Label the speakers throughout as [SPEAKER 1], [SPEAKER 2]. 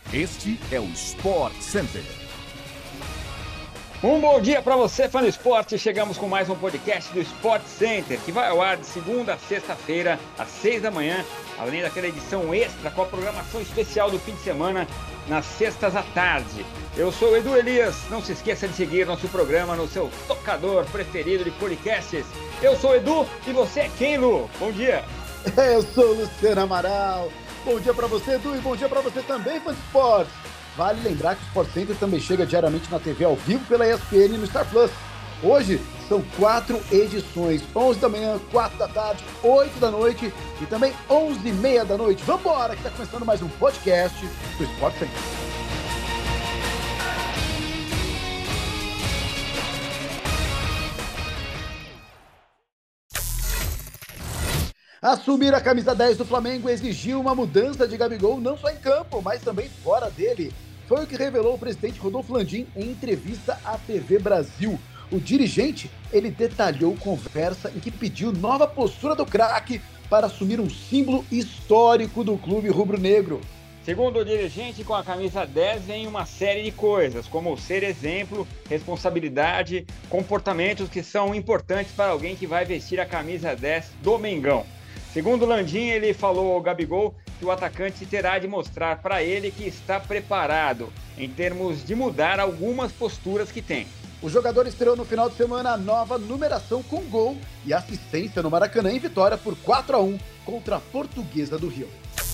[SPEAKER 1] Este é o Sport Center.
[SPEAKER 2] Um bom dia para você, fã do esporte. Chegamos com mais um podcast do Sport Center, que vai ao ar de segunda a sexta-feira, às 6 da manhã, além daquela edição extra com a programação especial do fim de semana, nas sextas à tarde. Eu sou o Edu Elias. Não se esqueça de seguir nosso programa no seu tocador preferido de podcasts. Eu sou o Edu e você é quem, Lu? Bom dia.
[SPEAKER 3] Eu sou o Luciano Amaral. Bom dia para você, Edu, e bom dia para você também, fã de esporte. Vale lembrar que o Sport Center também chega diariamente na TV ao vivo pela ESPN e no Star Plus. Hoje são 4 edições, 11 da manhã, 4 da tarde, 8 da noite e também 11h30 da noite. Vambora, que está começando mais um podcast do Sport Center. Assumir a camisa 10 do Flamengo exigiu uma mudança de Gabigol não só em campo, mas também fora dele. Foi o que revelou o presidente Rodolfo Landim em entrevista à TV Brasil. O dirigente, ele detalhou conversa em que pediu nova postura do craque para assumir um símbolo histórico do clube rubro-negro.
[SPEAKER 2] Segundo o dirigente, com a camisa 10 vem uma série de coisas, como ser exemplo, responsabilidade, comportamentos que são importantes para alguém que vai vestir a camisa 10 do Mengão. Segundo Landim, ele falou ao Gabigol que o atacante terá de mostrar para ele que está preparado, em termos de mudar algumas posturas que tem.
[SPEAKER 3] O jogador estreou no final de semana a nova numeração com gol e assistência no Maracanã em vitória por 4-1 contra a Portuguesa do Rio.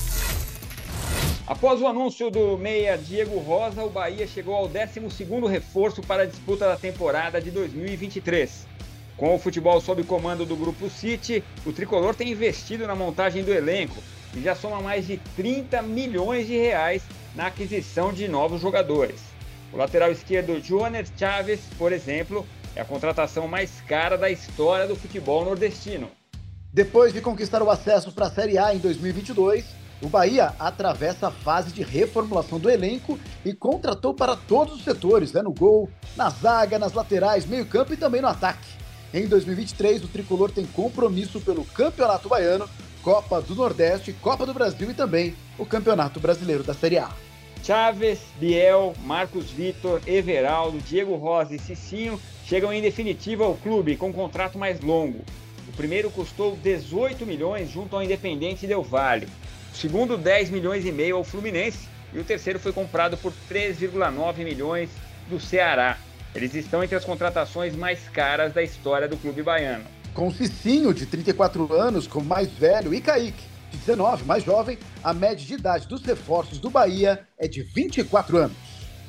[SPEAKER 2] Após o anúncio do meia Diego Rosa, o Bahia chegou ao 12º reforço para a disputa da temporada de 2023. Com o futebol sob comando do Grupo City, o tricolor tem investido na montagem do elenco e já soma mais de 30 milhões de reais na aquisição de novos jogadores. O lateral esquerdo Joner Chaves, por exemplo, é a contratação mais cara da história do futebol nordestino.
[SPEAKER 3] Depois de conquistar o acesso para a Série A em 2022, o Bahia atravessa a fase de reformulação do elenco e contratou para todos os setores, no gol, na zaga, nas laterais, meio-campo e também no ataque. Em 2023, o tricolor tem compromisso pelo Campeonato Baiano, Copa do Nordeste, Copa do Brasil e também o Campeonato Brasileiro da Série A.
[SPEAKER 2] Chaves, Biel, Marcos Vitor, Everaldo, Diego Rosa e Cicinho chegam em definitiva ao clube com um contrato mais longo. O primeiro custou 18 milhões junto ao Independente Del Valle. O segundo, 10 milhões e meio ao Fluminense. E o terceiro foi comprado por 3,9 milhões do Ceará. Eles estão entre as contratações mais caras da história do clube baiano.
[SPEAKER 3] Com Cicinho, de 34 anos, como mais velho, e Kaique, de 19, mais jovem, a média de idade dos reforços do Bahia é de 24 anos.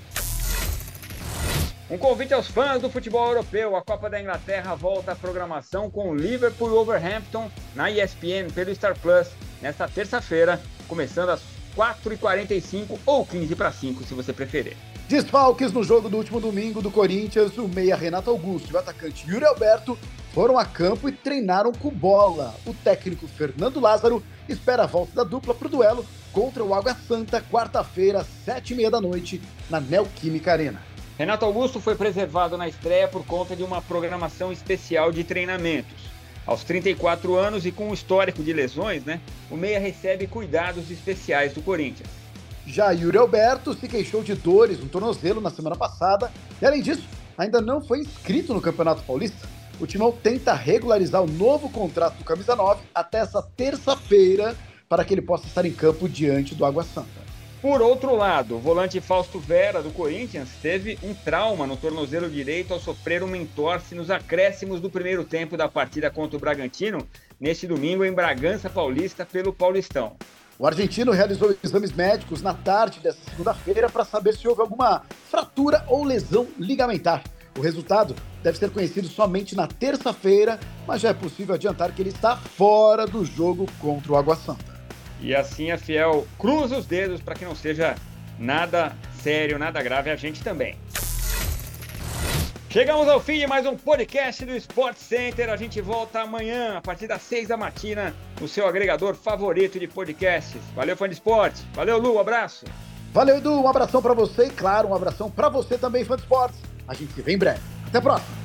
[SPEAKER 2] Um convite aos fãs do futebol europeu. A Copa da Inglaterra volta à programação com Liverpool e Wolverhampton na ESPN pelo Star Plus nesta terça-feira, começando às 4h45 ou 4:45, se você preferir.
[SPEAKER 3] Desfalques no jogo do último domingo do Corinthians, o meia Renato Augusto e o atacante Yuri Alberto foram a campo e treinaram com bola. O técnico Fernando Lázaro espera a volta da dupla para o duelo contra o Água Santa, quarta-feira, às 7h30 da noite, na Neoquímica Arena.
[SPEAKER 2] Renato Augusto foi preservado na estreia por conta de uma programação especial de treinamentos. Aos 34 anos e com um histórico de lesões, o meia recebe cuidados especiais do Corinthians.
[SPEAKER 3] Já Yuri Alberto se queixou de dores no tornozelo na semana passada e, além disso, ainda não foi inscrito no Campeonato Paulista. O Timão tenta regularizar o novo contrato do Camisa 9 até essa terça-feira para que ele possa estar em campo diante do Água Santa.
[SPEAKER 2] Por outro lado, o volante Fausto Vera, do Corinthians, teve um trauma no tornozelo direito ao sofrer uma entorse nos acréscimos do primeiro tempo da partida contra o Bragantino, neste domingo em Bragança Paulista, pelo Paulistão.
[SPEAKER 3] O argentino realizou exames médicos na tarde desta segunda-feira para saber se houve alguma fratura ou lesão ligamentar. O resultado deve ser conhecido somente na terça-feira, mas já é possível adiantar que ele está fora do jogo contra o Água Santa.
[SPEAKER 2] E assim a Fiel cruza os dedos para que não seja nada sério, nada grave, a gente também. Chegamos ao fim de mais um podcast do Sport Center. A gente volta amanhã, a partir das 6 da matina, no seu agregador favorito de podcasts. Valeu, fã de esporte. Valeu, Lu, um abraço.
[SPEAKER 3] Valeu, Edu, um abração pra você e, claro, um abração pra você também, fã de esportes. A gente se vê em breve. Até a próxima.